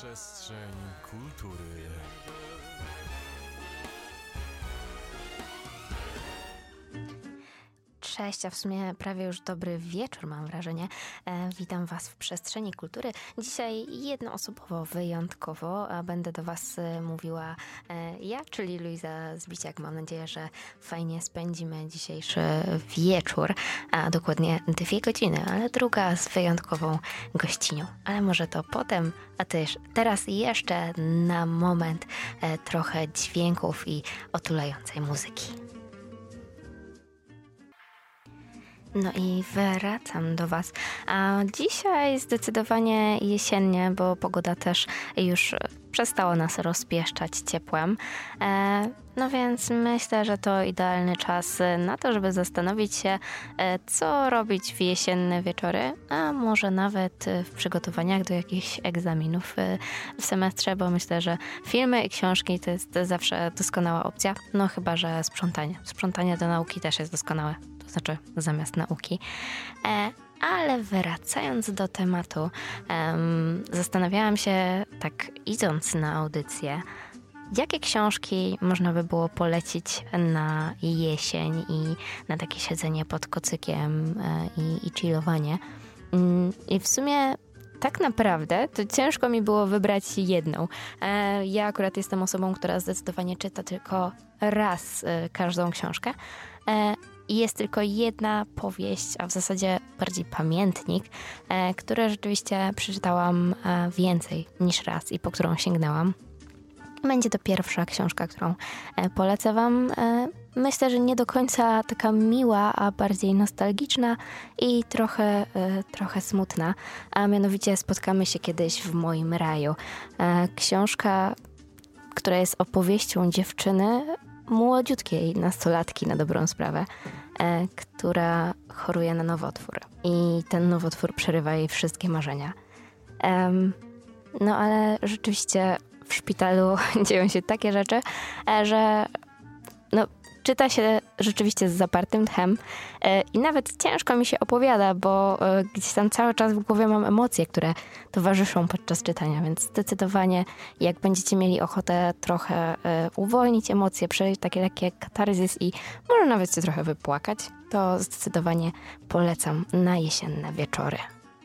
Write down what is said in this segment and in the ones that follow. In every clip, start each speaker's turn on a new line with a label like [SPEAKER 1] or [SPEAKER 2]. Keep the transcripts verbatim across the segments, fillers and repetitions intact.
[SPEAKER 1] Przestrzeń kultury.
[SPEAKER 2] Cześć, a w sumie prawie już dobry wieczór, mam wrażenie. E, witam Was w Przestrzeni Kultury. Dzisiaj jednoosobowo, wyjątkowo a będę do Was e, mówiła e, ja, czyli Luiza Zbiciak. Mam nadzieję, że fajnie spędzimy dzisiejszy wieczór, a dokładnie dwie godziny, ale druga z wyjątkową gościnią. Ale może to potem, a też teraz jeszcze na moment e, trochę dźwięków i otulającej muzyki. No i wracam do Was. A dzisiaj zdecydowanie jesiennie, bo pogoda też już przestała nas rozpieszczać ciepłem. E, no więc myślę, że to idealny czas na to, żeby zastanowić się, co robić w jesienne wieczory, a może nawet w przygotowaniach do jakichś egzaminów w semestrze, bo myślę, że filmy i książki to jest zawsze doskonała opcja. No chyba, że sprzątanie. Sprzątanie do nauki też jest doskonałe. To znaczy zamiast nauki. E, ale wracając do tematu, em, zastanawiałam się, tak idąc na audycję, jakie książki można by było polecić na jesień i na takie siedzenie pod kocykiem e, i, i chillowanie. Mm, I w sumie tak naprawdę to ciężko mi było wybrać jedną. E, ja akurat jestem osobą, która zdecydowanie czyta tylko raz e, każdą książkę. E, I jest tylko jedna powieść, a w zasadzie bardziej pamiętnik, e, które rzeczywiście przeczytałam e, więcej niż raz i po którą sięgnęłam. Będzie to pierwsza książka, którą e, polecę Wam. E, myślę, że nie do końca taka miła, a bardziej nostalgiczna i trochę, e, trochę smutna. A mianowicie Spotkamy się kiedyś w moim raju. E, książka, która jest opowieścią dziewczyny, młodziutkiej nastolatki na dobrą sprawę, e, która choruje na nowotwór. I ten nowotwór przerywa jej wszystkie marzenia. Um, no ale rzeczywiście w szpitalu dzieją się takie rzeczy, e, że no, czyta się rzeczywiście z zapartym tchem e, i nawet ciężko mi się opowiada, bo e, gdzieś tam cały czas w głowie mam emocje, które towarzyszą podczas czytania, więc zdecydowanie jak będziecie mieli ochotę trochę e, uwolnić emocje, przejść takie lekkie katarzys i może nawet się trochę wypłakać, to zdecydowanie polecam na jesienne wieczory.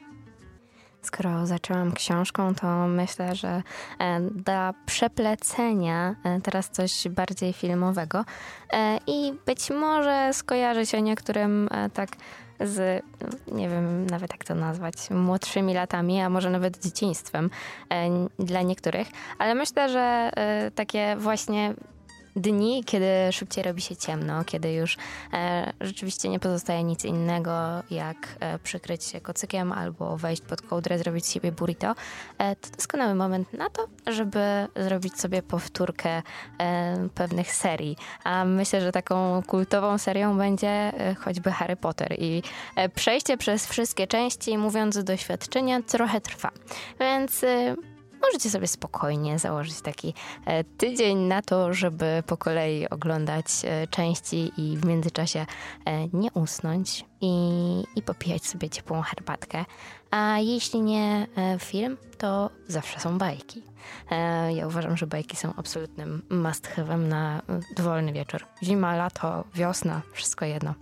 [SPEAKER 2] Skoro zaczęłam książką, to myślę, że dla przeplecenia teraz coś bardziej filmowego i być może skojarzy się niektórym tak z, nie wiem nawet jak to nazwać, młodszymi latami, a może nawet dzieciństwem dla niektórych, ale myślę, że takie właśnie dni, kiedy szybciej robi się ciemno, kiedy już e, rzeczywiście nie pozostaje nic innego, jak e, przykryć się kocykiem albo wejść pod kołdrę, zrobić siebie burrito, e, to doskonały moment na to, żeby zrobić sobie powtórkę e, pewnych serii. A myślę, że taką kultową serią będzie e, choćby Harry Potter i e, przejście przez wszystkie części, mówiąc z doświadczenia, trochę trwa. Więc e, możecie sobie spokojnie założyć taki e, tydzień na to, żeby po kolei oglądać e, części i w międzyczasie e, nie usnąć i, i popijać sobie ciepłą herbatkę. A jeśli nie e, film, to zawsze są bajki. E, ja uważam, że bajki są absolutnym must have'em na dowolny wieczór. Zima, lato, wiosna, wszystko jedno.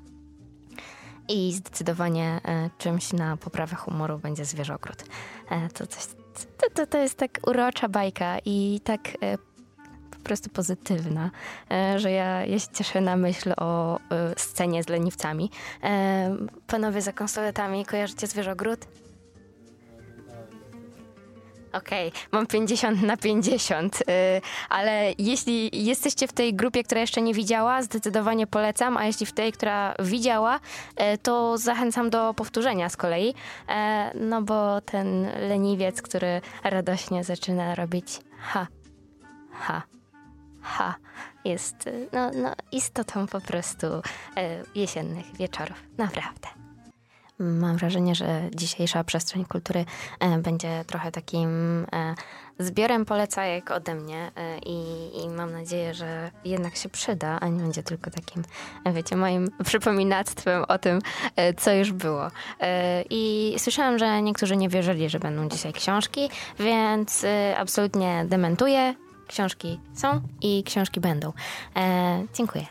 [SPEAKER 2] I zdecydowanie e, czymś na poprawę humoru będzie Zwierzogród. E, to coś To, to, to jest tak urocza bajka i tak e, po prostu pozytywna, e, że ja, ja się cieszę na myśl o e, scenie z leniwcami. E, panowie za konsoletami, kojarzycie Zwierzogród? Okej, okay, mam pięćdziesiąt na pięćdziesiąt, yy, ale jeśli jesteście w tej grupie, która jeszcze nie widziała, zdecydowanie polecam, a jeśli w tej, która widziała, yy, to zachęcam do powtórzenia z kolei, yy, no bo ten leniwiec, który radośnie zaczyna robić ha, ha, ha, jest yy, no, no, istotą po prostu yy, jesiennych wieczorów, naprawdę. Mam wrażenie, że dzisiejsza przestrzeń kultury e, będzie trochę takim e, zbiorem polecajek ode mnie e, i, i mam nadzieję, że jednak się przyda, a nie będzie tylko takim, e, wiecie, moim przypominactwem o tym, e, co już było. E, I słyszałam, że niektórzy nie wierzyli, że będą dzisiaj książki, więc e, absolutnie dementuję. Książki są i książki będą. E, dziękuję.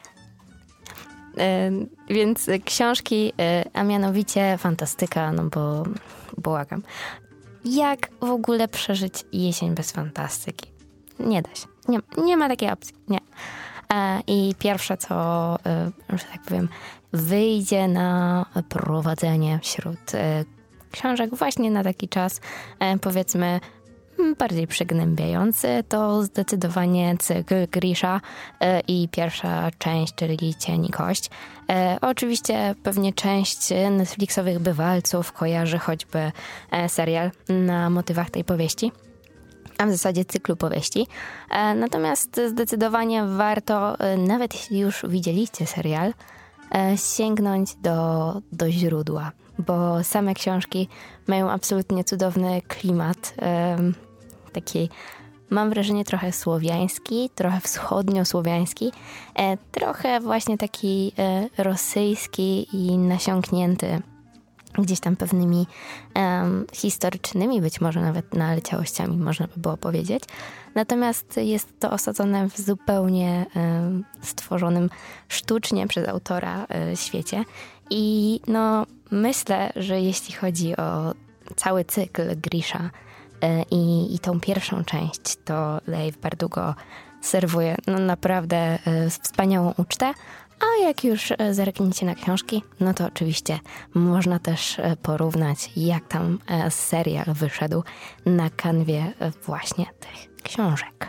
[SPEAKER 2] E, więc książki, e, a mianowicie fantastyka, no bo błagam. Jak w ogóle przeżyć jesień bez fantastyki? Nie da się. Nie, nie ma takiej opcji. Nie. E, I pierwsze, co, e, że tak powiem, wyjdzie na prowadzenie wśród e, książek właśnie na taki czas, e, powiedzmy, bardziej przygnębiający, to zdecydowanie cykl Grisha e, i pierwsza część, czyli Cień i Kość. E, oczywiście pewnie część Netflixowych bywalców kojarzy choćby e, serial na motywach tej powieści, a w zasadzie cyklu powieści. E, natomiast zdecydowanie warto, e, nawet jeśli już widzieliście serial, e, sięgnąć do, do źródła, bo same książki mają absolutnie cudowny klimat, e, taki, mam wrażenie, trochę słowiański, trochę wschodniosłowiański, e, trochę właśnie taki e, rosyjski i nasiąknięty gdzieś tam pewnymi e, historycznymi, być może nawet naleciałościami, można by było powiedzieć. Natomiast jest to osadzone w zupełnie e, stworzonym sztucznie przez autora e, świecie. I no, myślę, że jeśli chodzi o cały cykl Grisha, I, i tą pierwszą część, to Leigh Bardugo serwuje no naprawdę wspaniałą ucztę, a jak już zerkniecie na książki, no to oczywiście można też porównać, jak tam serial wyszedł na kanwie właśnie tych książek.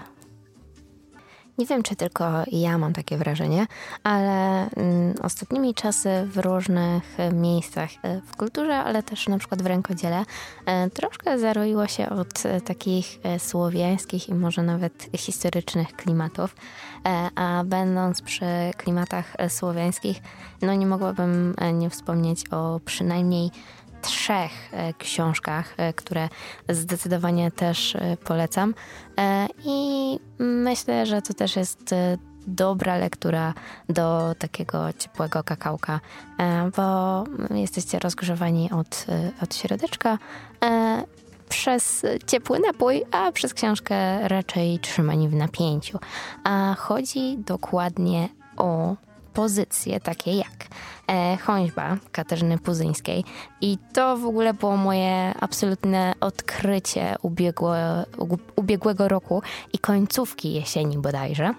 [SPEAKER 2] Nie wiem, czy tylko ja mam takie wrażenie, ale mm, ostatnimi czasy w różnych miejscach w kulturze, ale też na przykład w rękodziele e, troszkę zaroiło się od e, takich e, słowiańskich i może nawet historycznych klimatów, e, a będąc przy klimatach e, słowiańskich, no nie mogłabym e, nie wspomnieć o przynajmniej trzech e, książkach, e, które zdecydowanie też e, polecam e, i myślę, że to też jest e, dobra lektura do takiego ciepłego kakałka, e, bo jesteście rozgrzewani od, e, od środeczka e, przez ciepły napój, a przez książkę raczej trzymani w napięciu. A chodzi dokładnie o pozycje takie jak e, Chońba Katarzyny Puzyńskiej i to w ogóle było moje absolutne odkrycie ubiegłe, ubiegłego roku i końcówki jesieni bodajże,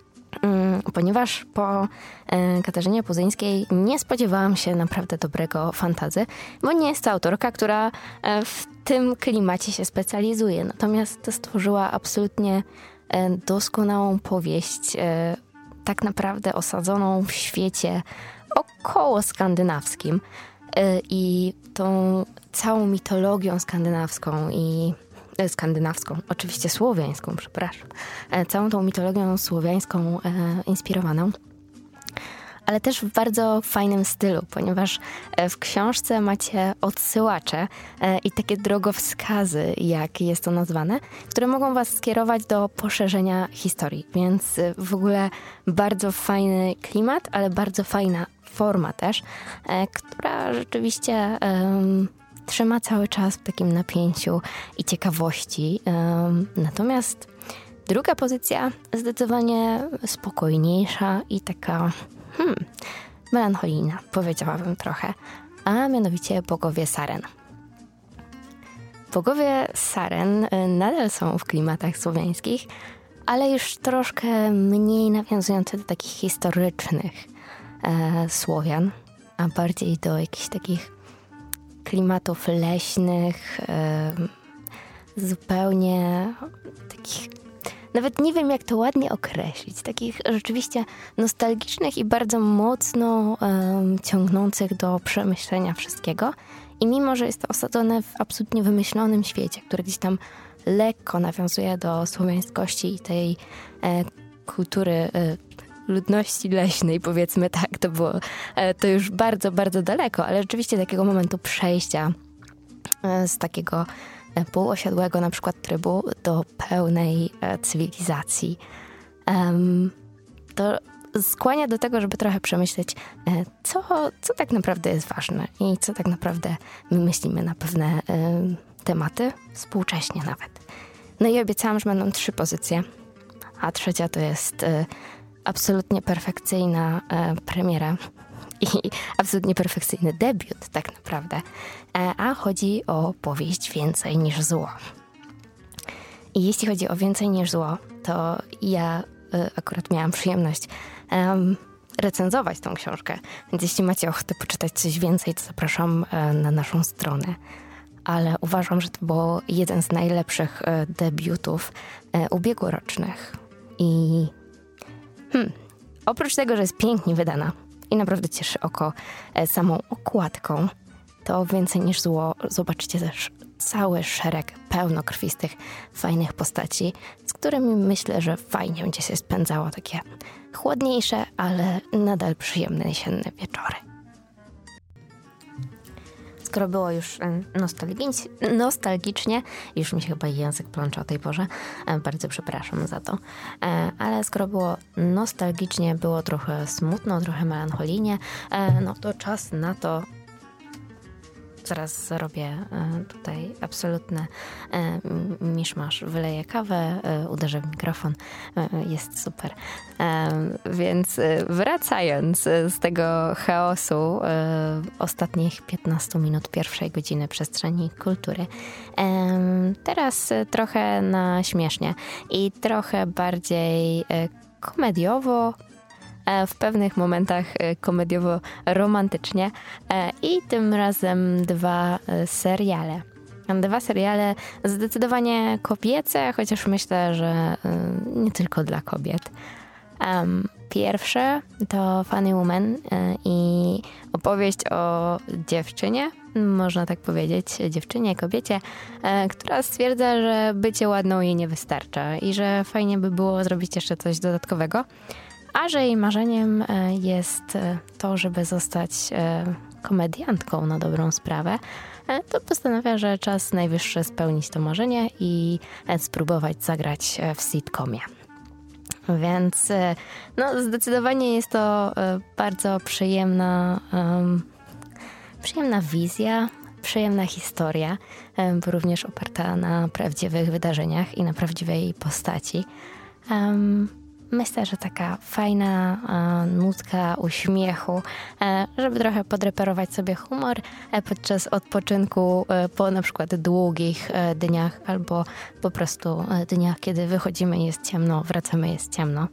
[SPEAKER 2] mm, ponieważ po e, Katarzynie Puzyńskiej nie spodziewałam się naprawdę dobrego fantasy, bo nie jest to autorka, która e, w tym klimacie się specjalizuje, natomiast stworzyła absolutnie e, doskonałą powieść, e, tak naprawdę osadzoną w świecie około skandynawskim i tą całą mitologią skandynawską i skandynawską, oczywiście słowiańską, przepraszam, całą tą mitologią słowiańską inspirowaną, ale też w bardzo fajnym stylu, ponieważ w książce macie odsyłacze i takie drogowskazy, jak jest to nazwane, które mogą was skierować do poszerzenia historii. Więc w ogóle bardzo fajny klimat, ale bardzo fajna forma też, która rzeczywiście um, trzyma cały czas w takim napięciu i ciekawości. Um, natomiast druga pozycja zdecydowanie spokojniejsza i taka Hmm, melancholijna, powiedziałabym trochę, a mianowicie Bogowie Saren. Bogowie Saren nadal są w klimatach słowiańskich, ale już troszkę mniej nawiązujące do takich historycznych e, Słowian, a bardziej do jakichś takich klimatów leśnych, e, zupełnie takich. Nawet nie wiem, jak to ładnie określić. Takich rzeczywiście nostalgicznych i bardzo mocno um, ciągnących do przemyślenia wszystkiego. I mimo, że jest to osadzone w absolutnie wymyślonym świecie, który gdzieś tam lekko nawiązuje do słowiańskości i tej e, kultury e, ludności leśnej, powiedzmy tak. To było to już bardzo, bardzo daleko, ale rzeczywiście takiego momentu przejścia z takiego półosiadłego na przykład trybu do pełnej cywilizacji. To skłania do tego, żeby trochę przemyśleć, co, co tak naprawdę jest ważne i co tak naprawdę my myślimy na pewne tematy, współcześnie nawet. No i obiecałam, że będą trzy pozycje, a trzecia to jest absolutnie perfekcyjna premiera i absolutnie perfekcyjny debiut tak naprawdę, a chodzi o powieść Więcej niż zło. I jeśli chodzi o Więcej niż zło, to ja akurat miałam przyjemność um, recenzować tą książkę, więc jeśli macie ochotę poczytać coś więcej, to zapraszam na naszą stronę. Ale uważam, że to był jeden z najlepszych debiutów ubiegłorocznych. I hmm, oprócz tego, że jest pięknie wydana i naprawdę cieszy oko samą okładką, to Więcej niż zło zobaczycie też cały szereg pełnokrwistych, fajnych postaci, z którymi myślę, że fajnie będzie się spędzało takie chłodniejsze, ale nadal przyjemne jesienne wieczory. Skoro było już nostalgicznie, nostalgicznie, już mi się chyba język plącze o tej porze, bardzo przepraszam za to, ale skoro było nostalgicznie, było trochę smutno, trochę melancholijnie, no to czas na to. Zaraz zrobię tutaj absolutny miszmasz. Wyleję kawę, uderzę w mikrofon. Jest super. Więc wracając z tego chaosu ostatnich piętnastu minut pierwszej godziny przestrzeni kultury, teraz trochę na śmiesznie i trochę bardziej komediowo, w pewnych momentach komediowo-romantycznie i tym razem dwa seriale. Dwa seriale zdecydowanie kobiece, chociaż myślę, że nie tylko dla kobiet. Pierwsze to Funny Woman i opowieść o dziewczynie, można tak powiedzieć, dziewczynie, kobiecie, która stwierdza, że bycie ładną jej nie wystarcza i że fajnie by było zrobić jeszcze coś dodatkowego. A że jej marzeniem jest to, żeby zostać komediantką na dobrą sprawę, to postanawia, że czas najwyższy spełnić to marzenie i spróbować zagrać w sitcomie. Więc no, zdecydowanie jest to bardzo przyjemna, um, przyjemna wizja, przyjemna historia, um, również oparta na prawdziwych wydarzeniach i na prawdziwej postaci. Um, Myślę, że taka fajna e, nutka uśmiechu, e, żeby trochę podreperować sobie humor e, podczas odpoczynku e, po na przykład długich e, dniach albo po prostu e, dniach, kiedy wychodzimy i jest ciemno, wracamy, jest ciemno.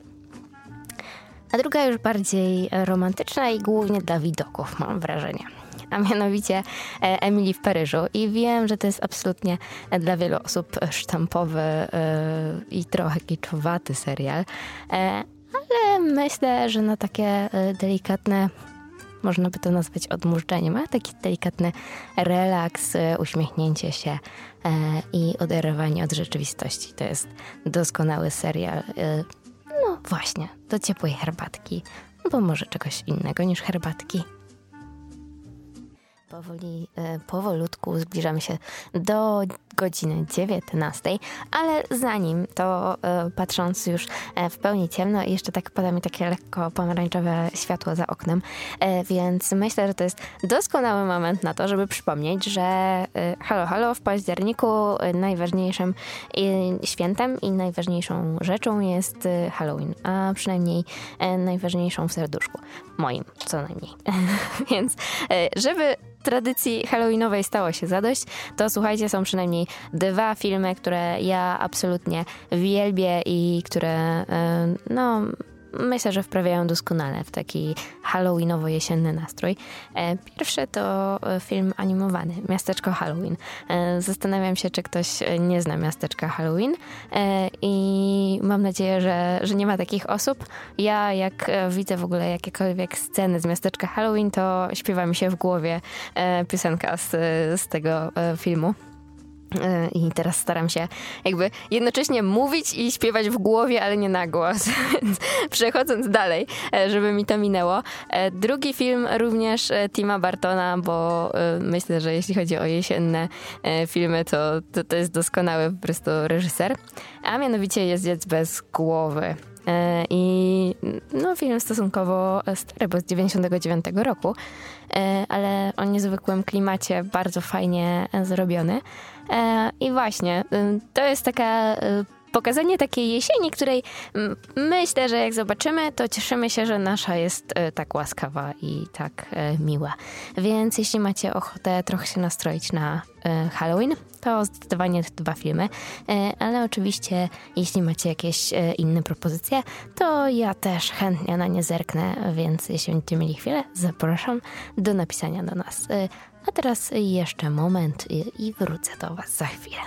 [SPEAKER 2] A druga już bardziej romantyczna i głównie dla widoków, mam wrażenie. A mianowicie Emily w Paryżu. I wiem, że to jest absolutnie dla wielu osób sztampowy i trochę kiczowaty serial, ale myślę, że na takie delikatne, można by to nazwać odmurczeniem, ale taki delikatny relaks, uśmiechnięcie się i oderwanie od rzeczywistości. To jest doskonały serial, no właśnie, do ciepłej herbatki, albo może czegoś innego niż herbatki. Powoli, powolutku zbliżamy się do godziny dziewiętnastej, ale zanim to, patrząc już w pełni ciemno i jeszcze tak pada mi takie lekko pomarańczowe światło za oknem, więc myślę, że to jest doskonały moment na to, żeby przypomnieć, że halo, halo, w październiku najważniejszym świętem i najważniejszą rzeczą jest Halloween, a przynajmniej najważniejszą w serduszku. Moim, co najmniej. Więc żeby tradycji halloweenowej stało się zadość, to słuchajcie, są przynajmniej dwa filmy, które ja absolutnie wielbię i które, no, myślę, że wprawiają doskonale w taki halloweenowo-jesienny nastrój. Pierwszy to film animowany, Miasteczko Halloween. Zastanawiam się, czy ktoś nie zna Miasteczka Halloween i mam nadzieję, że, że nie ma takich osób. Ja, jak widzę w ogóle jakiekolwiek sceny z Miasteczka Halloween, to śpiewa mi się w głowie piosenka z, z tego filmu. I teraz staram się jakby jednocześnie mówić i śpiewać w głowie, ale nie na głos. Więc przechodząc dalej, żeby mi to minęło. Drugi film również Tima Burtona, bo myślę, że jeśli chodzi o jesienne filmy, to, to, to jest doskonały po prostu reżyser. A mianowicie Jeździec bez głowy. I no, film stosunkowo stary, bo z dziewięćdziesiątego dziewiątego roku, ale o niezwykłym klimacie, bardzo fajnie zrobiony. I właśnie, to jest taka pokazanie takiej jesieni, której myślę, że jak zobaczymy, to cieszymy się, że nasza jest tak łaskawa i tak miła. Więc jeśli macie ochotę trochę się nastroić na Halloween, to zdecydowanie te dwa filmy. Ale oczywiście, jeśli macie jakieś inne propozycje, to ja też chętnie na nie zerknę, więc jeśli będziecie mieli chwilę, zapraszam do napisania do nas. A teraz jeszcze moment i, i wrócę do was za chwilę.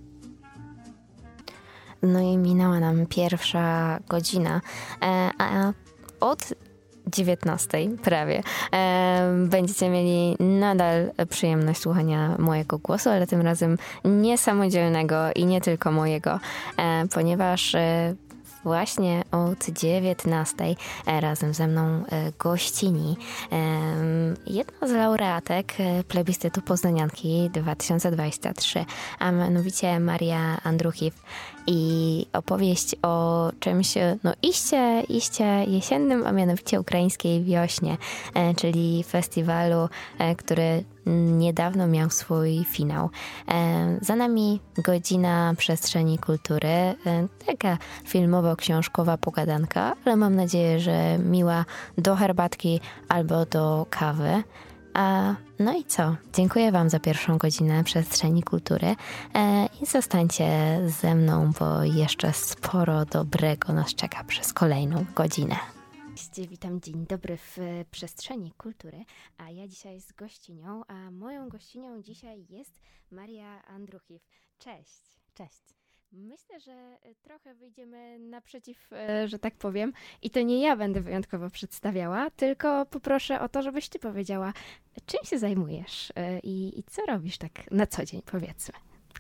[SPEAKER 2] No i minęła nam pierwsza godzina, a od dziewiętnastej prawie będziecie mieli nadal przyjemność słuchania mojego głosu, ale tym razem niesamodzielnego i nie tylko mojego, ponieważ właśnie od dziewiętnastej razem ze mną gościni jedna z laureatek plebiscytu Poznanianki dwa tysiące dwudziesty trzeci, a mianowicie Maria Andruchiew i opowieść o czymś no iście, iście jesiennym, a mianowicie ukraińskiej wiośnie, czyli festiwalu, który niedawno miał swój finał. Za nami godzina przestrzeni kultury, taka filmowo-książkowa pogadanka, ale mam nadzieję, że miła do herbatki albo do kawy. A, no i co? Dziękuję wam za pierwszą godzinę przestrzeni kultury i zostańcie ze mną, bo jeszcze sporo dobrego nas czeka przez kolejną godzinę. Witam, dzień dobry w przestrzeni kultury, a ja dzisiaj z gościnią, a moją gościnią dzisiaj jest Maria Andruchiew. Cześć.
[SPEAKER 3] Cześć.
[SPEAKER 2] Myślę, że trochę wyjdziemy naprzeciw, że tak powiem, i to nie ja będę wyjątkowo przedstawiała, tylko poproszę o to, żebyś ty powiedziała, czym się zajmujesz i, i co robisz tak na co dzień, powiedzmy.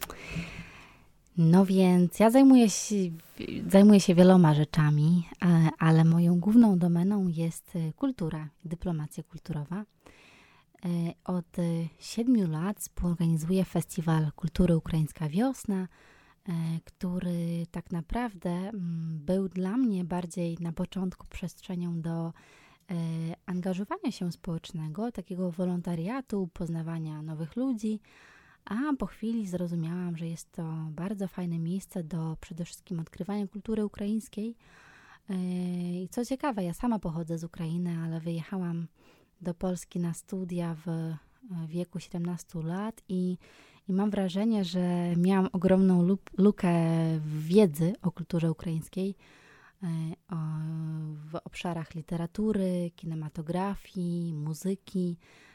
[SPEAKER 3] No więc ja zajmuję się, zajmuję się wieloma rzeczami, ale moją główną domeną jest kultura, dyplomacja kulturowa. Od siedmiu lat współorganizuję Festiwal Kultury Ukraińska Wiosna, który tak naprawdę był dla mnie bardziej na początku przestrzenią do angażowania się społecznego, takiego wolontariatu, poznawania nowych ludzi, a po chwili zrozumiałam, że jest to bardzo fajne miejsce do przede wszystkim odkrywania kultury ukraińskiej. I co ciekawe, ja sama pochodzę z Ukrainy, ale wyjechałam do Polski na studia w wieku siedemnastu lat i, i mam wrażenie, że miałam ogromną luk- lukę wiedzy o kulturze ukraińskiej o, w obszarach literatury, kinematografii, muzyki.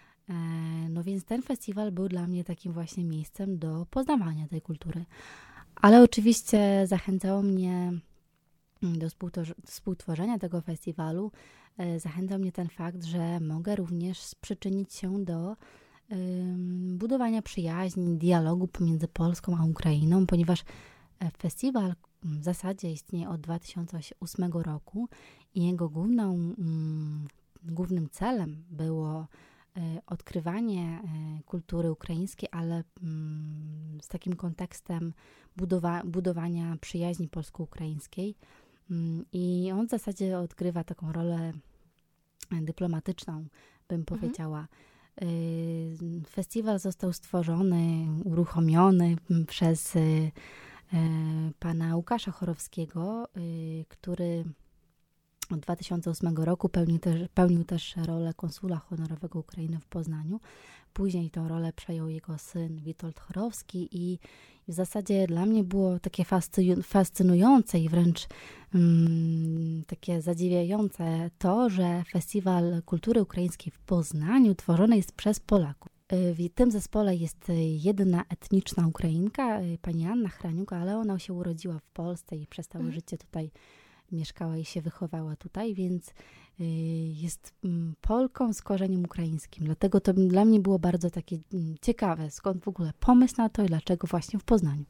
[SPEAKER 3] No więc ten festiwal był dla mnie takim właśnie miejscem do poznawania tej kultury. Ale oczywiście zachęcało mnie do współtworzenia tego festiwalu, zachęcał mnie ten fakt, że mogę również przyczynić się do um, budowania przyjaźni, dialogu pomiędzy Polską a Ukrainą, ponieważ festiwal w zasadzie istnieje od dwa tysiące ósmego roku i jego główną, um, głównym celem było odkrywanie kultury ukraińskiej, ale z takim kontekstem budowa- budowania przyjaźni polsko-ukraińskiej. I on w zasadzie odgrywa taką rolę dyplomatyczną, bym powiedziała. Mhm. Festiwal został stworzony, uruchomiony przez pana Łukasza Chorowskiego, który od dwa tysiące ósmego roku pełnił też, pełnił też rolę konsula honorowego Ukrainy w Poznaniu. Później tę rolę przejął jego syn Witold Chorowski i w zasadzie dla mnie było takie fascynujące i wręcz um, takie zadziwiające to, że Festiwal Kultury Ukraińskiej w Poznaniu tworzony jest przez Polaków. W tym zespole jest jedna etniczna Ukrainka, pani Anna Hraniuk, ale ona się urodziła w Polsce i przez całe mhm. życie tutaj mieszkała i się wychowała tutaj, więc jest Polką z korzeniem ukraińskim. Dlatego to dla mnie było bardzo takie ciekawe, skąd w ogóle pomysł na to i dlaczego właśnie w Poznaniu.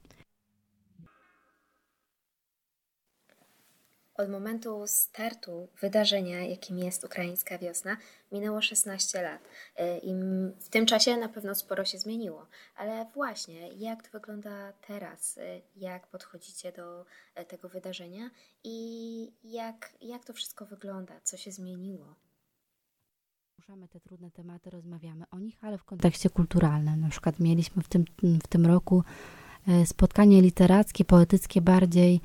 [SPEAKER 2] Od momentu startu wydarzenia, jakim jest Ukraińska Wiosna, minęło szesnaście lat i w tym czasie na pewno sporo się zmieniło. Ale właśnie, jak to wygląda teraz? Jak podchodzicie do tego wydarzenia i jak, jak to wszystko wygląda? Co się zmieniło?
[SPEAKER 3] Poruszamy te trudne tematy, rozmawiamy o nich, ale w kontekście kulturalnym. Na przykład mieliśmy w tym, w tym roku spotkanie literackie, poetyckie bardziej,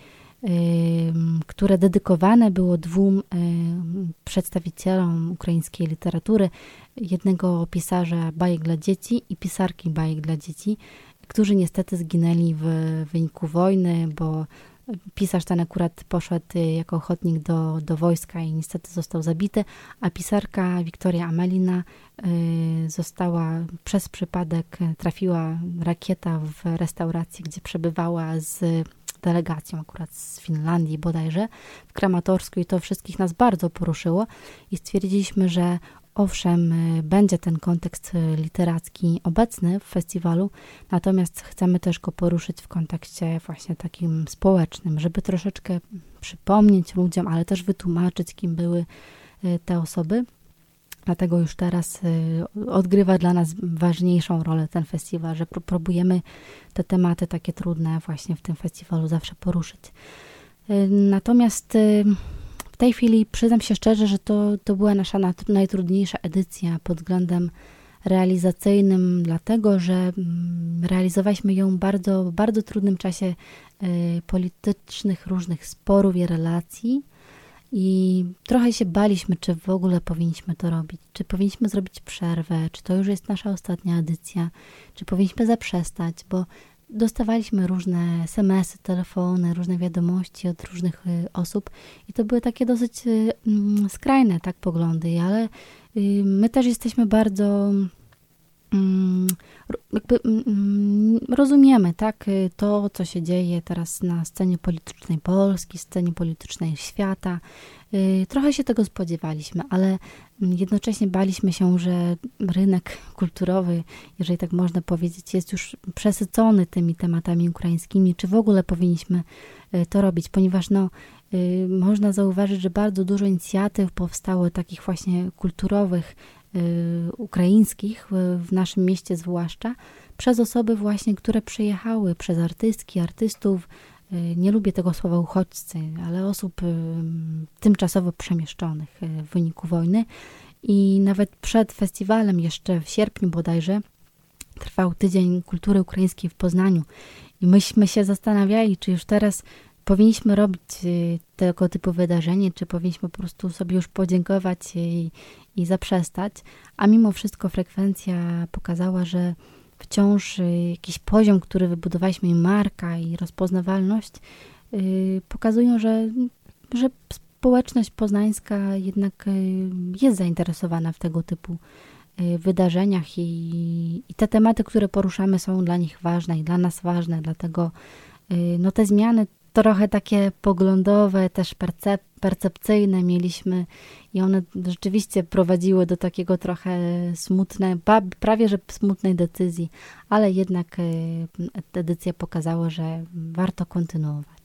[SPEAKER 3] które dedykowane było dwóm przedstawicielom ukraińskiej literatury, jednego pisarza bajek dla dzieci i pisarki bajek dla dzieci, którzy niestety zginęli w wyniku wojny, bo pisarz ten akurat poszedł jako ochotnik do, do wojska i niestety został zabity, a pisarka Wiktoria Amelina została przez przypadek, trafiła rakieta w restauracji, gdzie przebywała z delegacją akurat z Finlandii bodajże, w Kramatorsku i to wszystkich nas bardzo poruszyło i stwierdziliśmy, że owszem, będzie ten kontekst literacki obecny w festiwalu, natomiast chcemy też go poruszyć w kontekście właśnie takim społecznym, żeby troszeczkę przypomnieć ludziom, ale też wytłumaczyć, kim były te osoby. Dlatego już teraz odgrywa dla nas ważniejszą rolę ten festiwal, że próbujemy te tematy takie trudne właśnie w tym festiwalu zawsze poruszyć. Natomiast w tej chwili przyznam się szczerze, że to, to była nasza najtrudniejsza edycja pod względem realizacyjnym, dlatego że realizowaliśmy ją bardzo, w bardzo trudnym czasie politycznych różnych sporów i relacji. I trochę się baliśmy, czy w ogóle powinniśmy to robić, czy powinniśmy zrobić przerwę, czy to już jest nasza ostatnia edycja, czy powinniśmy zaprzestać, bo dostawaliśmy różne es em esy, telefony, różne wiadomości od różnych osób i to były takie dosyć skrajne tak poglądy, ale my też jesteśmy bardzo jakby rozumiemy, tak, to, co się dzieje teraz na scenie politycznej Polski, scenie politycznej świata. Trochę się tego spodziewaliśmy, ale jednocześnie baliśmy się, że rynek kulturowy, jeżeli tak można powiedzieć, jest już przesycony tymi tematami ukraińskimi, czy w ogóle powinniśmy to robić, ponieważ no, można zauważyć, że bardzo dużo inicjatyw powstało takich właśnie kulturowych, ukraińskich, w naszym mieście zwłaszcza, przez osoby właśnie, które przyjechały, przez artystki, artystów, nie lubię tego słowa uchodźcy, ale osób tymczasowo przemieszczonych w wyniku wojny i nawet przed festiwalem, jeszcze w sierpniu bodajże, trwał Tydzień Kultury Ukraińskiej w Poznaniu i myśmy się zastanawiali, czy już teraz powinniśmy robić tego typu wydarzenie, czy powinniśmy po prostu sobie już podziękować i, i zaprzestać, a mimo wszystko frekwencja pokazała, że wciąż jakiś poziom, który wybudowaliśmy, i marka, i rozpoznawalność yy, pokazują, że, że społeczność poznańska jednak yy, jest zainteresowana w tego typu yy, wydarzeniach i, i te tematy, które poruszamy, są dla nich ważne i dla nas ważne, dlatego yy, no te zmiany trochę takie poglądowe, też percep- percepcyjne mieliśmy i one rzeczywiście prowadziły do takiego trochę smutnej, prawie że smutnej decyzji, ale jednak edycja pokazała, że warto kontynuować.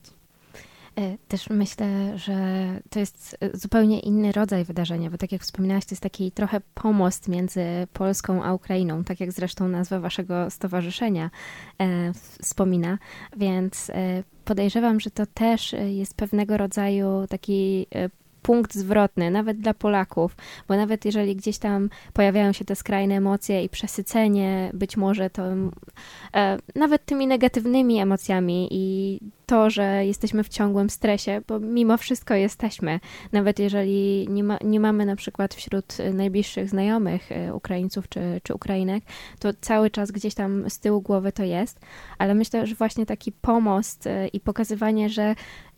[SPEAKER 2] Też myślę, że to jest zupełnie inny rodzaj wydarzenia, bo tak jak wspominałaś, to jest taki trochę pomost między Polską a Ukrainą, tak jak zresztą nazwa waszego stowarzyszenia e, wspomina, więc e, podejrzewam, że to też jest pewnego rodzaju taki e, punkt zwrotny, nawet dla Polaków, bo nawet jeżeli gdzieś tam pojawiają się te skrajne emocje i przesycenie, być może to e, nawet tymi negatywnymi emocjami i to, że jesteśmy w ciągłym stresie, bo mimo wszystko jesteśmy, nawet jeżeli nie, ma, nie mamy na przykład wśród najbliższych znajomych Ukraińców czy, czy Ukrainek, to cały czas gdzieś tam z tyłu głowy to jest, ale myślę, że właśnie taki pomost i pokazywanie, że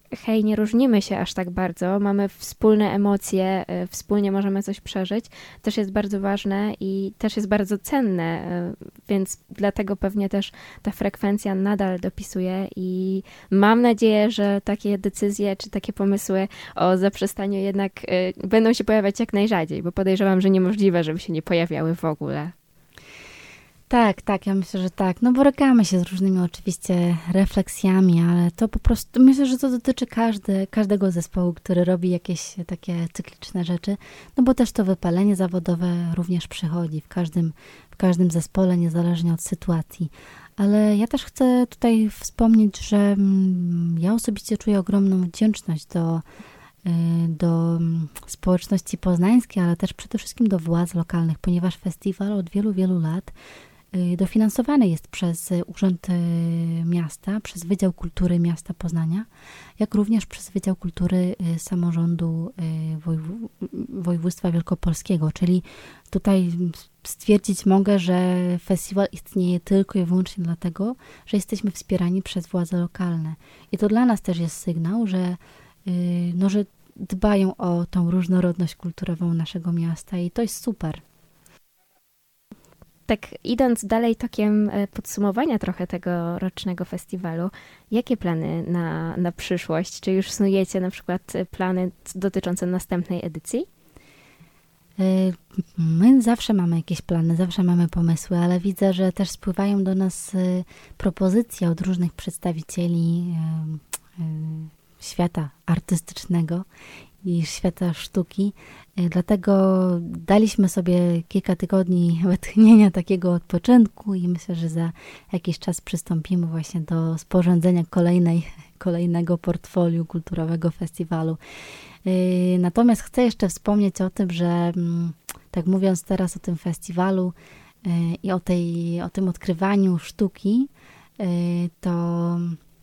[SPEAKER 2] hej, nie różnimy się aż tak bardzo, mamy wspólne emocje, y, wspólnie możemy coś przeżyć, też jest bardzo ważne i też jest bardzo cenne, y, więc dlatego pewnie też ta frekwencja nadal dopisuje i mam nadzieję, że takie decyzje czy takie pomysły o zaprzestaniu jednak y, będą się pojawiać jak najrzadziej, bo podejrzewam, że niemożliwe, żeby się nie pojawiały w ogóle.
[SPEAKER 3] Tak, tak, ja myślę, że tak. No borykamy się z różnymi oczywiście refleksjami, ale to po prostu, myślę, że to dotyczy każdy, każdego zespołu, który robi jakieś takie cykliczne rzeczy, no bo też to wypalenie zawodowe również przychodzi w każdym, w każdym zespole, niezależnie od sytuacji. Ale ja też chcę tutaj wspomnieć, że mm, ja osobiście czuję ogromną wdzięczność do do społeczności poznańskiej, ale też przede wszystkim do władz lokalnych, ponieważ festiwal od wielu, wielu lat dofinansowany jest przez Urząd Miasta, przez Wydział Kultury Miasta Poznania, jak również przez Wydział Kultury Samorządu Wojw- Województwa Wielkopolskiego. Czyli tutaj stwierdzić mogę, że festiwal istnieje tylko i wyłącznie dlatego, że jesteśmy wspierani przez władze lokalne. I to dla nas też jest sygnał, że no, że dbają o tą różnorodność kulturową naszego miasta i to jest super.
[SPEAKER 2] Tak idąc dalej tokiem podsumowania trochę tego rocznego festiwalu, jakie plany na, na przyszłość? Czy już snujecie na przykład plany dotyczące następnej edycji?
[SPEAKER 3] My zawsze mamy jakieś plany, zawsze mamy pomysły, ale widzę, że też spływają do nas propozycje od różnych przedstawicieli świata artystycznego i świata sztuki. Dlatego daliśmy sobie kilka tygodni wytchnienia, takiego odpoczynku i myślę, że za jakiś czas przystąpimy właśnie do sporządzenia kolejnej, kolejnego portfolio kulturowego festiwalu. Natomiast chcę jeszcze wspomnieć o tym, że tak mówiąc teraz o tym festiwalu i o, tej, o tym odkrywaniu sztuki, to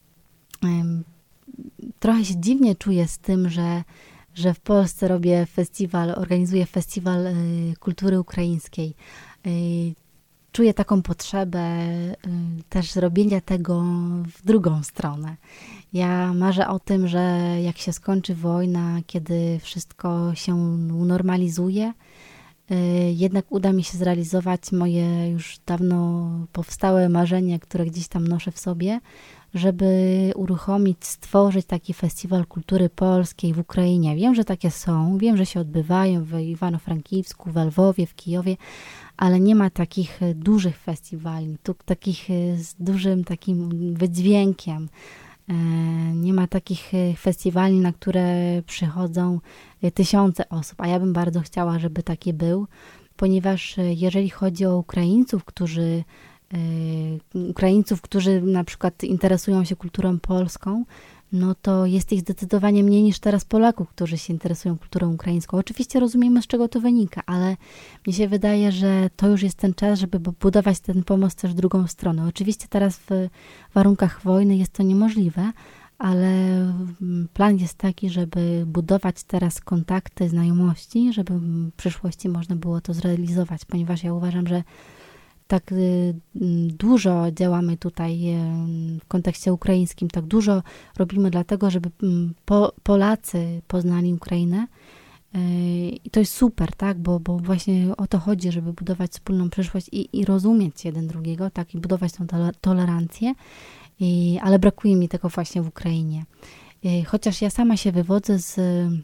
[SPEAKER 3] trochę się dziwnie czuję z tym, że, że w Polsce robię festiwal, organizuję festiwal y, kultury ukraińskiej. Y, czuję taką potrzebę y, też zrobienia tego w drugą stronę. Ja marzę o tym, że jak się skończy wojna, kiedy wszystko się unormalizuje, y, jednak uda mi się zrealizować moje już dawno powstałe marzenie, które gdzieś tam noszę w sobie, żeby uruchomić, stworzyć taki festiwal kultury polskiej w Ukrainie. Wiem, że takie są, wiem, że się odbywają w Iwano-Frankivsku, w Lwowie, w Kijowie, ale nie ma takich dużych festiwali, tu, takich z dużym takim wydźwiękiem. Nie ma takich festiwali, na które przychodzą tysiące osób, a ja bym bardzo chciała, żeby taki był, ponieważ jeżeli chodzi o Ukraińców, którzy Ukraińców, którzy na przykład interesują się kulturą polską, no to jest ich zdecydowanie mniej niż teraz Polaków, którzy się interesują kulturą ukraińską. Oczywiście rozumiemy, z czego to wynika, ale mnie się wydaje, że to już jest ten czas, żeby budować ten pomost też w drugą stronę. Oczywiście teraz w warunkach wojny jest to niemożliwe, ale plan jest taki, żeby budować teraz kontakty, znajomości, żeby w przyszłości można było to zrealizować, ponieważ ja uważam, że tak y, dużo działamy tutaj y, w kontekście ukraińskim, tak dużo robimy dlatego, żeby po, Polacy poznali Ukrainę y, i to jest super, tak, bo, bo właśnie o to chodzi, żeby budować wspólną przyszłość i, i rozumieć jeden drugiego, tak, i budować tą tolerancję, i, ale brakuje mi tego właśnie w Ukrainie. Y, chociaż ja sama się wywodzę z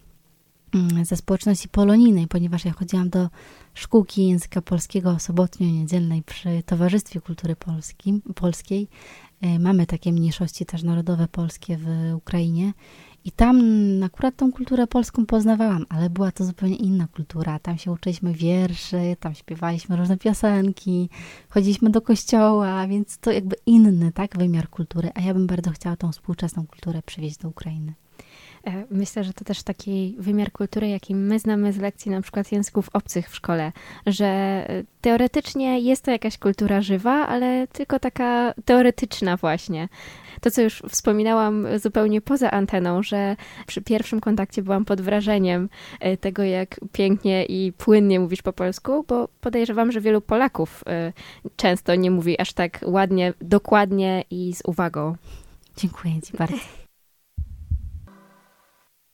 [SPEAKER 3] ze społeczności polonijnej, ponieważ ja chodziłam do szkółki języka polskiego sobotnio-niedzielnej przy Towarzystwie Kultury Polskim, Polskiej. Mamy takie mniejszości też narodowe polskie w Ukrainie i tam akurat tą kulturę polską poznawałam, ale była to zupełnie inna kultura. Tam się uczyliśmy wierszy, tam śpiewaliśmy różne piosenki, chodziliśmy do kościoła, więc to jakby inny, tak, wymiar kultury, a ja bym bardzo chciała tą współczesną kulturę przywieźć do Ukrainy.
[SPEAKER 2] Myślę, że to też taki wymiar kultury, jaki my znamy z lekcji na przykład języków obcych w szkole, że teoretycznie jest to jakaś kultura żywa, ale tylko taka teoretyczna właśnie. To, co już wspominałam zupełnie poza anteną, że przy pierwszym kontakcie byłam pod wrażeniem tego, jak pięknie i płynnie mówisz po polsku, bo podejrzewam, że wielu Polaków często nie mówi aż tak ładnie, dokładnie i z uwagą.
[SPEAKER 3] Dziękuję Ci bardzo.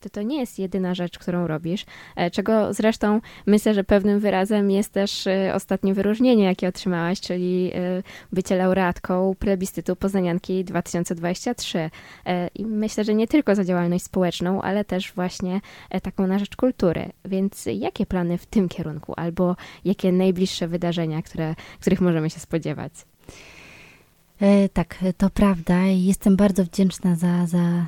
[SPEAKER 2] to to nie jest jedyna rzecz, którą robisz, czego zresztą myślę, że pewnym wyrazem jest też ostatnie wyróżnienie, jakie otrzymałaś, czyli bycie laureatką plebiscytu Poznanianki dwa tysiące dwudziestego trzeciego. I myślę, że nie tylko za działalność społeczną, ale też właśnie taką na rzecz kultury. Więc jakie plany w tym kierunku, albo jakie najbliższe wydarzenia, które, których możemy się spodziewać?
[SPEAKER 3] E, tak, to prawda. Jestem bardzo wdzięczna za, za, e,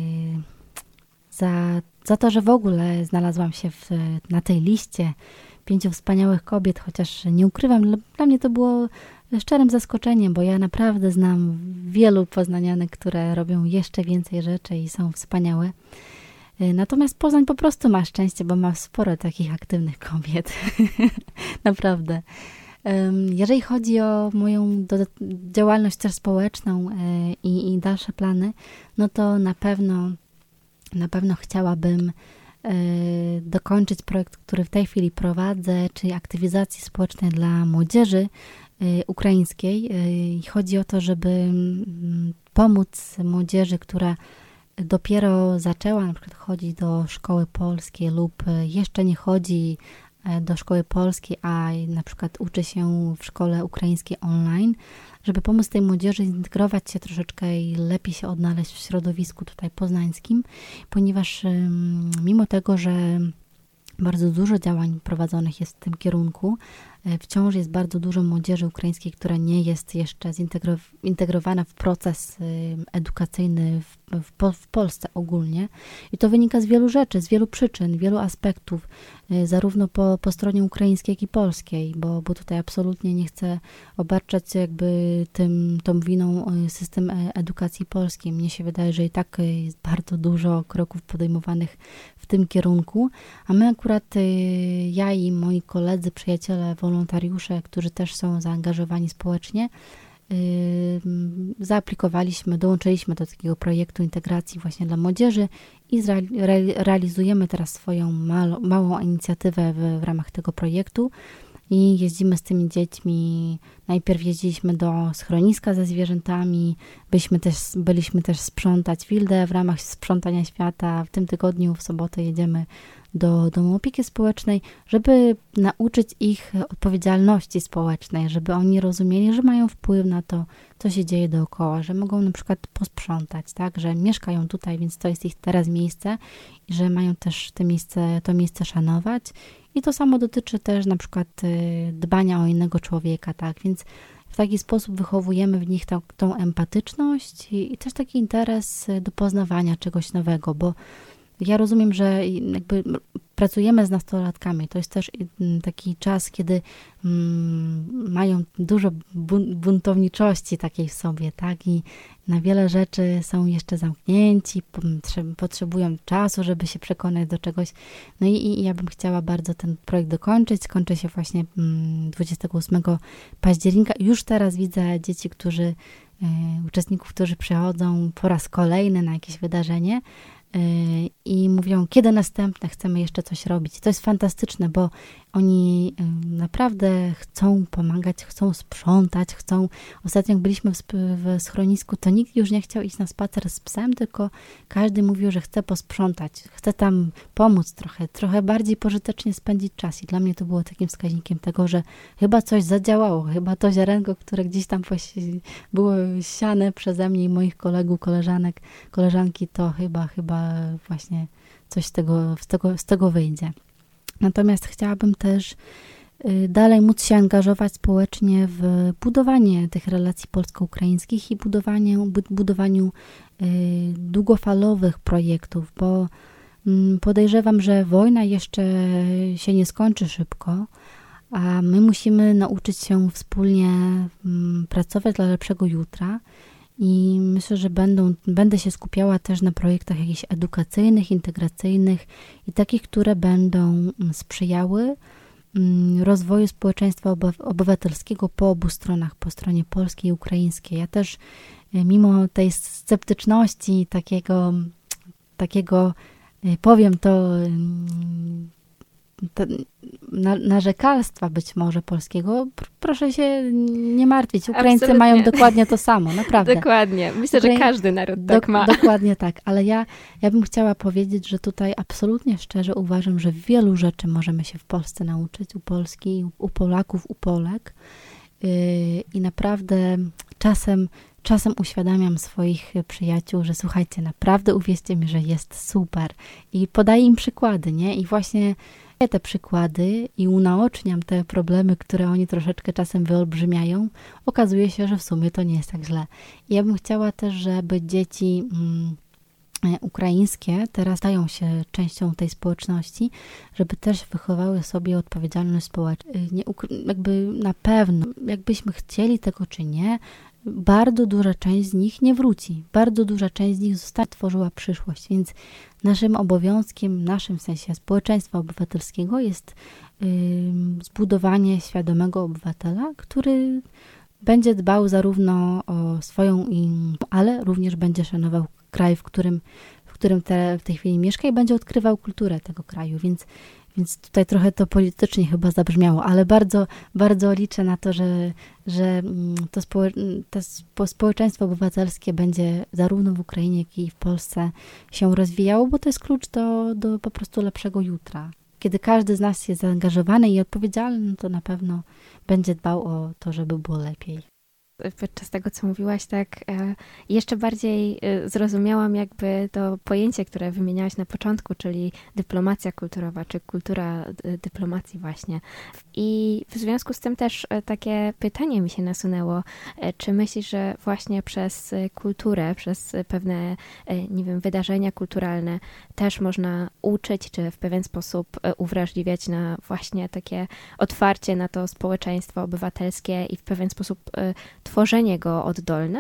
[SPEAKER 3] za, za to, że w ogóle znalazłam się w, na tej liście pięciu wspaniałych kobiet, chociaż nie ukrywam, dla mnie to było szczerym zaskoczeniem, bo ja naprawdę znam wielu poznanianek, które robią jeszcze więcej rzeczy i są wspaniałe. Natomiast Poznań po prostu ma szczęście, bo ma sporo takich aktywnych kobiet. Naprawdę. Jeżeli chodzi o moją do, działalność też społeczną i, i dalsze plany, no to na pewno, na pewno chciałabym dokończyć projekt, który w tej chwili prowadzę, czyli aktywizacji społecznej dla młodzieży ukraińskiej. Chodzi o to, żeby pomóc młodzieży, która dopiero zaczęła na przykład chodzić do szkoły polskiej lub jeszcze nie chodzi do szkoły polskiej, a na przykład uczy się w szkole ukraińskiej online, żeby pomóc tej młodzieży zintegrować się troszeczkę i lepiej się odnaleźć w środowisku tutaj poznańskim, ponieważ mimo tego, że bardzo dużo działań prowadzonych jest w tym kierunku, wciąż jest bardzo dużo młodzieży ukraińskiej, która nie jest jeszcze zintegrowana w proces edukacyjny w, w, w Polsce ogólnie. I to wynika z wielu rzeczy, z wielu przyczyn, wielu aspektów, zarówno po, po stronie ukraińskiej, jak i polskiej, bo, bo tutaj absolutnie nie chcę obarczać jakby tym, tą winą system edukacji polskiej. Mnie się wydaje, że i tak jest bardzo dużo kroków podejmowanych w tym kierunku, a my akurat, ja i moi koledzy, przyjaciele, wolontariusze, którzy też są zaangażowani społecznie, yy, zaaplikowaliśmy, dołączyliśmy do takiego projektu integracji właśnie dla młodzieży i zre- realizujemy teraz swoją malo, małą inicjatywę w, w ramach tego projektu i jeździmy z tymi dziećmi. Najpierw jeździliśmy do schroniska ze zwierzętami, byliśmy też, byliśmy też sprzątać Wildę w ramach sprzątania świata. W tym tygodniu w sobotę jedziemy do domu opieki społecznej, żeby nauczyć ich odpowiedzialności społecznej, żeby oni rozumieli, że mają wpływ na to, co się dzieje dookoła, że mogą na przykład posprzątać, tak, że mieszkają tutaj, więc to jest ich teraz miejsce i że mają też to miejsce, to miejsce szanować. I to samo dotyczy też na przykład dbania o innego człowieka, tak, więc w taki sposób wychowujemy w nich tą, tą empatyczność i, i też taki interes do poznawania czegoś nowego, bo ja rozumiem, że jakby pracujemy z nastolatkami. To jest też taki czas, kiedy mm, mają dużo buntowniczości takiej w sobie, tak? I na wiele rzeczy są jeszcze zamknięci, potrzebują czasu, żeby się przekonać do czegoś. No i, i ja bym chciała bardzo ten projekt dokończyć. Kończy się właśnie mm, dwudziestego ósmego października. Już teraz widzę dzieci, którzy, y, uczestników, którzy przychodzą po raz kolejny na jakieś wydarzenie, i mówią, kiedy następne chcemy jeszcze coś robić. To jest fantastyczne, bo oni naprawdę chcą pomagać, chcą sprzątać, chcą... Ostatnio jak byliśmy w, w schronisku, to nikt już nie chciał iść na spacer z psem, tylko każdy mówił, że chce posprzątać, chce tam pomóc trochę, trochę bardziej pożytecznie spędzić czas. I dla mnie to było takim wskaźnikiem tego, że chyba coś zadziałało, chyba to ziarenko, które gdzieś tam było siane przeze mnie i moich kolegów, koleżanek, koleżanki, to chyba, chyba właśnie coś z tego, z tego, z tego wyjdzie. Natomiast chciałabym też dalej móc się angażować społecznie w budowanie tych relacji polsko-ukraińskich i budowanie, budowaniu długofalowych projektów, bo podejrzewam, że wojna jeszcze się nie skończy szybko, a my musimy nauczyć się wspólnie pracować dla lepszego jutra. I myślę, że będą, będę się skupiała też na projektach jakichś edukacyjnych, integracyjnych i takich, które będą sprzyjały rozwoju społeczeństwa obywatelskiego po obu stronach, po stronie polskiej i ukraińskiej. Ja też mimo tej sceptyczności, takiego, takiego powiem to te na, narzekalstwa być może polskiego, pr- proszę się nie martwić. Ukraińcy
[SPEAKER 2] Absolutnie.
[SPEAKER 3] mają dokładnie to samo, naprawdę.
[SPEAKER 2] Dokładnie. Myślę,
[SPEAKER 3] Ukraiń-
[SPEAKER 2] że każdy naród tak
[SPEAKER 3] Dok-
[SPEAKER 2] ma.
[SPEAKER 3] Dokładnie tak, ale ja, ja bym chciała powiedzieć, że tutaj absolutnie szczerze uważam, że wielu rzeczy możemy się w Polsce nauczyć, u Polski, u Polaków, u Polek yy, i naprawdę czasem, czasem uświadamiam swoich przyjaciół, że słuchajcie, naprawdę uwierzcie mi, że jest super i podaję im przykłady, nie? I właśnie te przykłady i unaoczniam te problemy, które oni troszeczkę czasem wyolbrzymiają, okazuje się, że w sumie to nie jest tak źle. I ja bym chciała też, żeby dzieci mm, ukraińskie teraz stają się częścią tej społeczności, żeby też wychowały sobie odpowiedzialność społeczną. Nie, jakby na pewno, jakbyśmy chcieli tego czy nie, bardzo duża część z nich nie wróci. Bardzo duża część z nich zostanie, tworzyła przyszłość, więc naszym obowiązkiem, naszym w sensie społeczeństwa obywatelskiego jest yy, zbudowanie świadomego obywatela, który będzie dbał zarówno o swoją, ale również będzie szanował kraj, w którym, w którym te, w tej chwili mieszka i będzie odkrywał kulturę tego kraju, więc Więc tutaj trochę to politycznie chyba zabrzmiało, ale bardzo, bardzo liczę na to, że, że to, społe, to spo, społeczeństwo obywatelskie będzie zarówno w Ukrainie, jak i w Polsce się rozwijało, bo to jest klucz do, do po prostu lepszego jutra. Kiedy każdy z nas jest zaangażowany i odpowiedzialny, to na pewno będzie dbał o to, żeby było lepiej.
[SPEAKER 2] Podczas tego, co mówiłaś, tak e, jeszcze bardziej e, zrozumiałam jakby to pojęcie, które wymieniałaś na początku, czyli dyplomacja kulturowa, czy kultura e, dyplomacji właśnie. I w związku z tym też e, takie pytanie mi się nasunęło, e, czy myślisz, że właśnie przez e, kulturę, przez pewne, e, nie wiem, wydarzenia kulturalne też można uczyć, czy w pewien sposób e, uwrażliwiać na właśnie takie otwarcie na to społeczeństwo obywatelskie i w pewien sposób e, tworzenie go oddolne?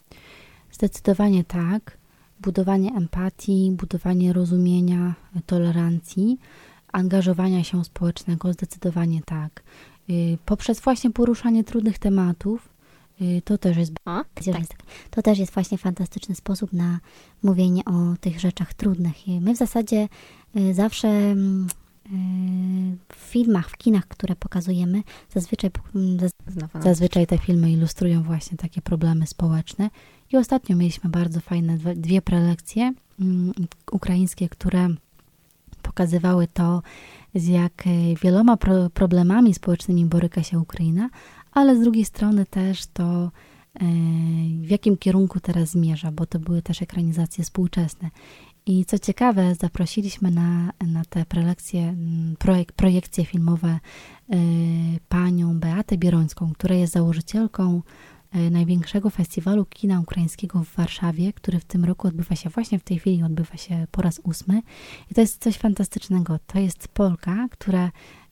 [SPEAKER 3] Zdecydowanie tak. Budowanie empatii, budowanie rozumienia, tolerancji, angażowania się społecznego, zdecydowanie tak. Poprzez właśnie poruszanie trudnych tematów, to też jest...
[SPEAKER 2] O,
[SPEAKER 4] tak. To też jest właśnie fantastyczny sposób na mówienie o tych rzeczach trudnych. My w zasadzie zawsze... w filmach, w kinach, które pokazujemy, zazwyczaj,
[SPEAKER 3] zazwyczaj te filmy ilustrują właśnie takie problemy społeczne. I ostatnio mieliśmy bardzo fajne dwie, dwie prelekcje um, ukraińskie, które pokazywały to, z jak wieloma pro, problemami społecznymi boryka się Ukraina, ale z drugiej strony też to, e, w jakim kierunku teraz zmierza, bo to były też ekranizacje współczesne. I co ciekawe, zaprosiliśmy na, na te prelekcje, projek, projekcje filmowe y, panią Beatę Bierońską, która jest założycielką y, największego festiwalu kina ukraińskiego w Warszawie, który w tym roku odbywa się, właśnie w tej chwili odbywa się po raz ósmy. I to jest coś fantastycznego. To jest Polka, która y,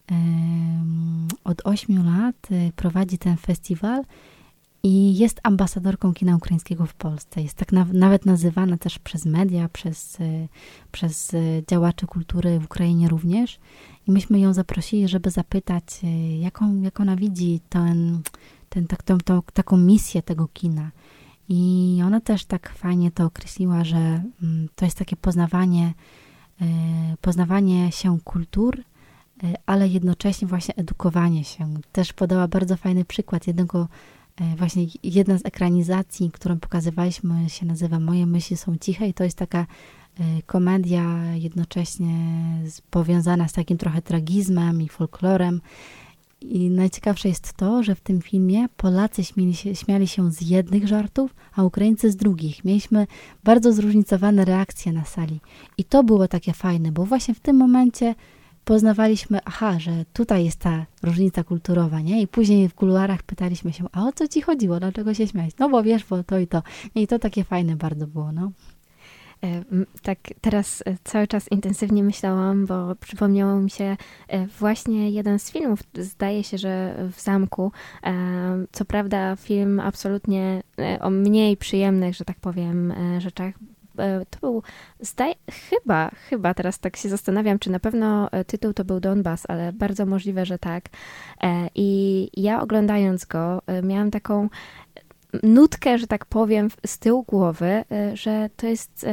[SPEAKER 3] od ośmiu lat y, prowadzi ten festiwal i jest ambasadorką kina ukraińskiego w Polsce. Jest tak na, nawet nazywana też przez media, przez, przez działaczy kultury w Ukrainie również. I myśmy ją zaprosili, żeby zapytać, jaką, jak ona widzi ten, ten, tak, tą, tą, taką misję tego kina. I ona też tak fajnie to określiła, że to jest takie poznawanie, poznawanie się kultur, ale jednocześnie właśnie edukowanie się. Też podała bardzo fajny przykład jednego. Właśnie jedna z ekranizacji, którą pokazywaliśmy, się nazywa Moje myśli są ciche i to jest taka komedia jednocześnie powiązana z takim trochę tragizmem i folklorem. I najciekawsze jest to, że w tym filmie Polacy śmieli się, śmiali się z jednych żartów, a Ukraińcy z drugich. Mieliśmy bardzo zróżnicowane reakcje na sali. I to było takie fajne, bo właśnie w tym momencie poznawaliśmy, aha, że tutaj jest ta różnica kulturowa, nie? I później w kuluarach pytaliśmy się, a o co ci chodziło? Dlaczego się śmiałeś? No bo wiesz, bo to i to. I to takie fajne bardzo było, no.
[SPEAKER 2] Tak, teraz cały czas intensywnie myślałam, bo przypomniało mi się właśnie jeden z filmów, zdaje się, że w Zamku. Co prawda film absolutnie o mniej przyjemnych, że tak powiem, rzeczach. To był, zdaj, chyba, chyba teraz tak się zastanawiam, czy na pewno tytuł to był Donbas, ale bardzo możliwe, że tak. I ja oglądając go miałam taką nutkę, że tak powiem, z tyłu głowy, że to jest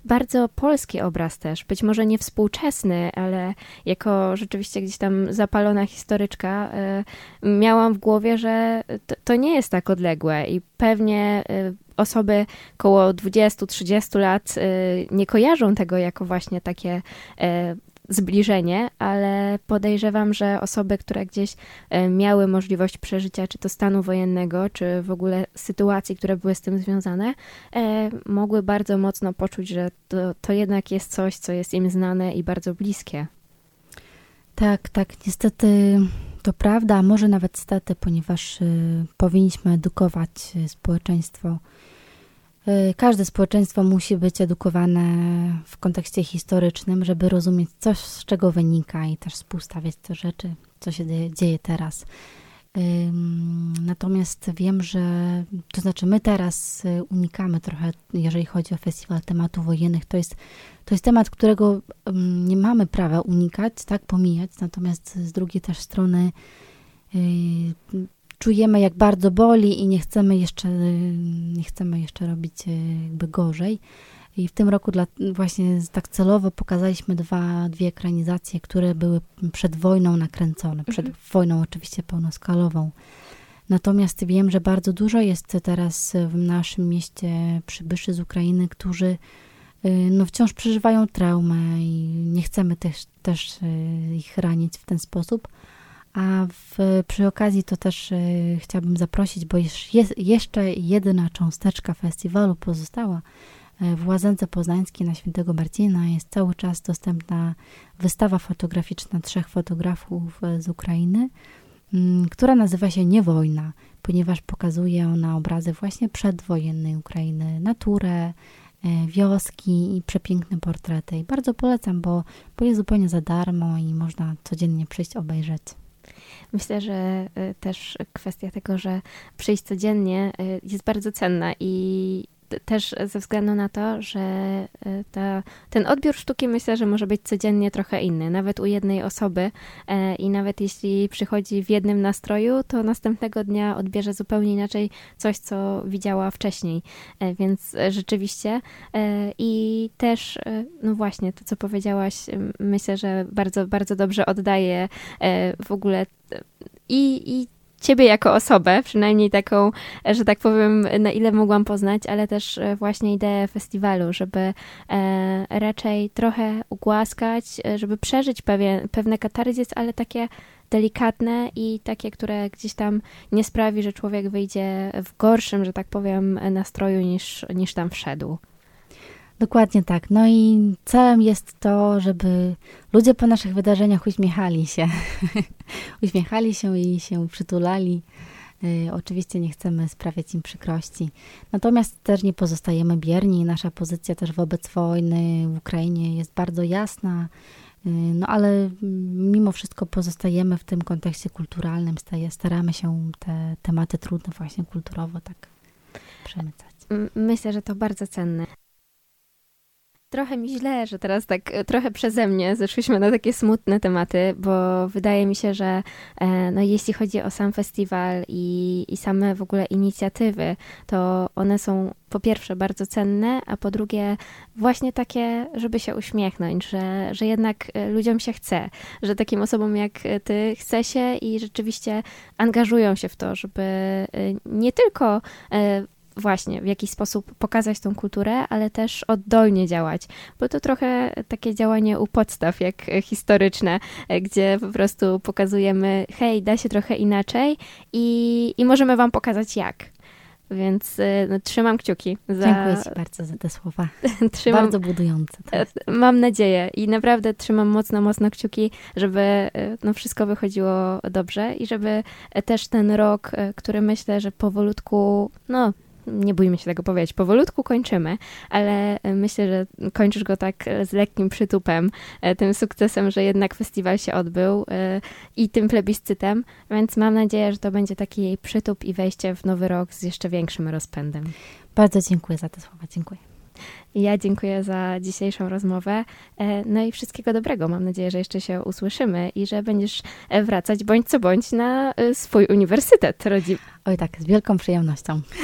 [SPEAKER 2] bardzo polski obraz też, być może nie współczesny, ale jako rzeczywiście gdzieś tam zapalona historyczka y, miałam w głowie, że to, to nie jest tak odległe i pewnie y, osoby koło dwudziestu trzydziestu lat y, nie kojarzą tego jako właśnie takie y, zbliżenie, ale podejrzewam, że osoby, które gdzieś miały możliwość przeżycia czy to stanu wojennego, czy w ogóle sytuacji, które były z tym związane, mogły bardzo mocno poczuć, że to, to jednak jest coś, co jest im znane i bardzo bliskie.
[SPEAKER 3] Tak, tak, niestety to prawda, a może nawet stety, ponieważ y, powinniśmy edukować społeczeństwo. Każde społeczeństwo musi być edukowane w kontekście historycznym, żeby rozumieć coś, z czego wynika i też współstawiać te rzeczy, co się dzieje teraz. Natomiast wiem, że, to znaczy my teraz unikamy trochę, jeżeli chodzi o festiwal tematów wojennych, to jest, to jest temat, którego nie mamy prawa unikać, tak, pomijać, natomiast z drugiej też strony czujemy, jak bardzo boli i nie chcemy jeszcze, nie chcemy jeszcze robić jakby gorzej. I w tym roku dla, właśnie tak celowo pokazaliśmy dwa, dwie ekranizacje, które były przed wojną nakręcone. Przed mhm. wojną oczywiście pełnoskalową. Natomiast wiem, że bardzo dużo jest teraz w naszym mieście przybyszy z Ukrainy, którzy no, wciąż przeżywają traumę i nie chcemy też, też ich ranić w ten sposób. A w, przy okazji to też y, chciałabym zaprosić, bo jest, jeszcze jedna cząsteczka festiwalu pozostała. Y, w Łazence Poznańskiej na Świętego Marcina jest cały czas dostępna wystawa fotograficzna trzech fotografów y, z Ukrainy, y, która nazywa się Nie wojna, ponieważ pokazuje ona obrazy właśnie przedwojennej Ukrainy, naturę, y, wioski i przepiękne portrety. I bardzo polecam, bo, bo jest zupełnie za darmo i można codziennie przyjść obejrzeć.
[SPEAKER 2] Myślę, że też kwestia tego, że przyjść codziennie jest bardzo cenna i też ze względu na to, że ta, ten odbiór sztuki myślę, że może być codziennie trochę inny, nawet u jednej osoby i nawet jeśli przychodzi w jednym nastroju, to następnego dnia odbierze zupełnie inaczej coś, co widziała wcześniej, więc rzeczywiście i też, no właśnie, to co powiedziałaś, myślę, że bardzo, bardzo dobrze oddaje w ogóle i, i ciebie jako osobę, przynajmniej taką, że tak powiem, na ile mogłam poznać, ale też właśnie ideę festiwalu, żeby e, raczej trochę ugłaskać, żeby przeżyć pewien, pewne katarzis, ale takie delikatne i takie, które gdzieś tam nie sprawi, że człowiek wyjdzie w gorszym, że tak powiem, nastroju niż, niż tam wszedł.
[SPEAKER 3] Dokładnie tak. No i celem jest to, żeby ludzie po naszych wydarzeniach uśmiechali się. uśmiechali się i się przytulali. Y, oczywiście nie chcemy sprawiać im przykrości. Natomiast też nie pozostajemy bierni. Nasza pozycja też wobec wojny w Ukrainie jest bardzo jasna. Y, no ale mimo wszystko pozostajemy w tym kontekście kulturalnym. Staramy się te tematy trudne właśnie kulturowo tak przemycać.
[SPEAKER 2] Myślę, że to bardzo cenne. Trochę mi źle, że teraz tak trochę przeze mnie zeszliśmy na takie smutne tematy, bo wydaje mi się, że no, jeśli chodzi o sam festiwal i, i same w ogóle inicjatywy, to one są po pierwsze bardzo cenne, a po drugie właśnie takie, żeby się uśmiechnąć, że, że jednak ludziom się chce, że takim osobom jak ty chce się i rzeczywiście angażują się w to, żeby nie tylko właśnie w jakiś sposób pokazać tą kulturę, ale też oddolnie działać, bo to trochę takie działanie u podstaw, jak historyczne, gdzie po prostu pokazujemy, hej, da się trochę inaczej i, i możemy wam pokazać jak. Więc no, trzymam kciuki. Za...
[SPEAKER 3] Dziękuję ci bardzo za te słowa. trzymam... Bardzo budujące.
[SPEAKER 2] Mam nadzieję i naprawdę trzymam mocno, mocno kciuki, żeby no, wszystko wychodziło dobrze i żeby też ten rok, który myślę, że powolutku, no nie bójmy się tego powiedzieć, powolutku kończymy, ale myślę, że kończysz go tak z lekkim przytupem, tym sukcesem, że jednak festiwal się odbył i tym plebiscytem, więc mam nadzieję, że to będzie taki przytup i wejście w nowy rok z jeszcze większym rozpędem.
[SPEAKER 3] Bardzo dziękuję za te słowa, dziękuję.
[SPEAKER 2] Ja dziękuję za dzisiejszą rozmowę. No i wszystkiego dobrego. Mam nadzieję, że jeszcze się usłyszymy i że będziesz wracać bądź co bądź na swój uniwersytet rodzimy.
[SPEAKER 3] Oj tak, z wielką przyjemnością.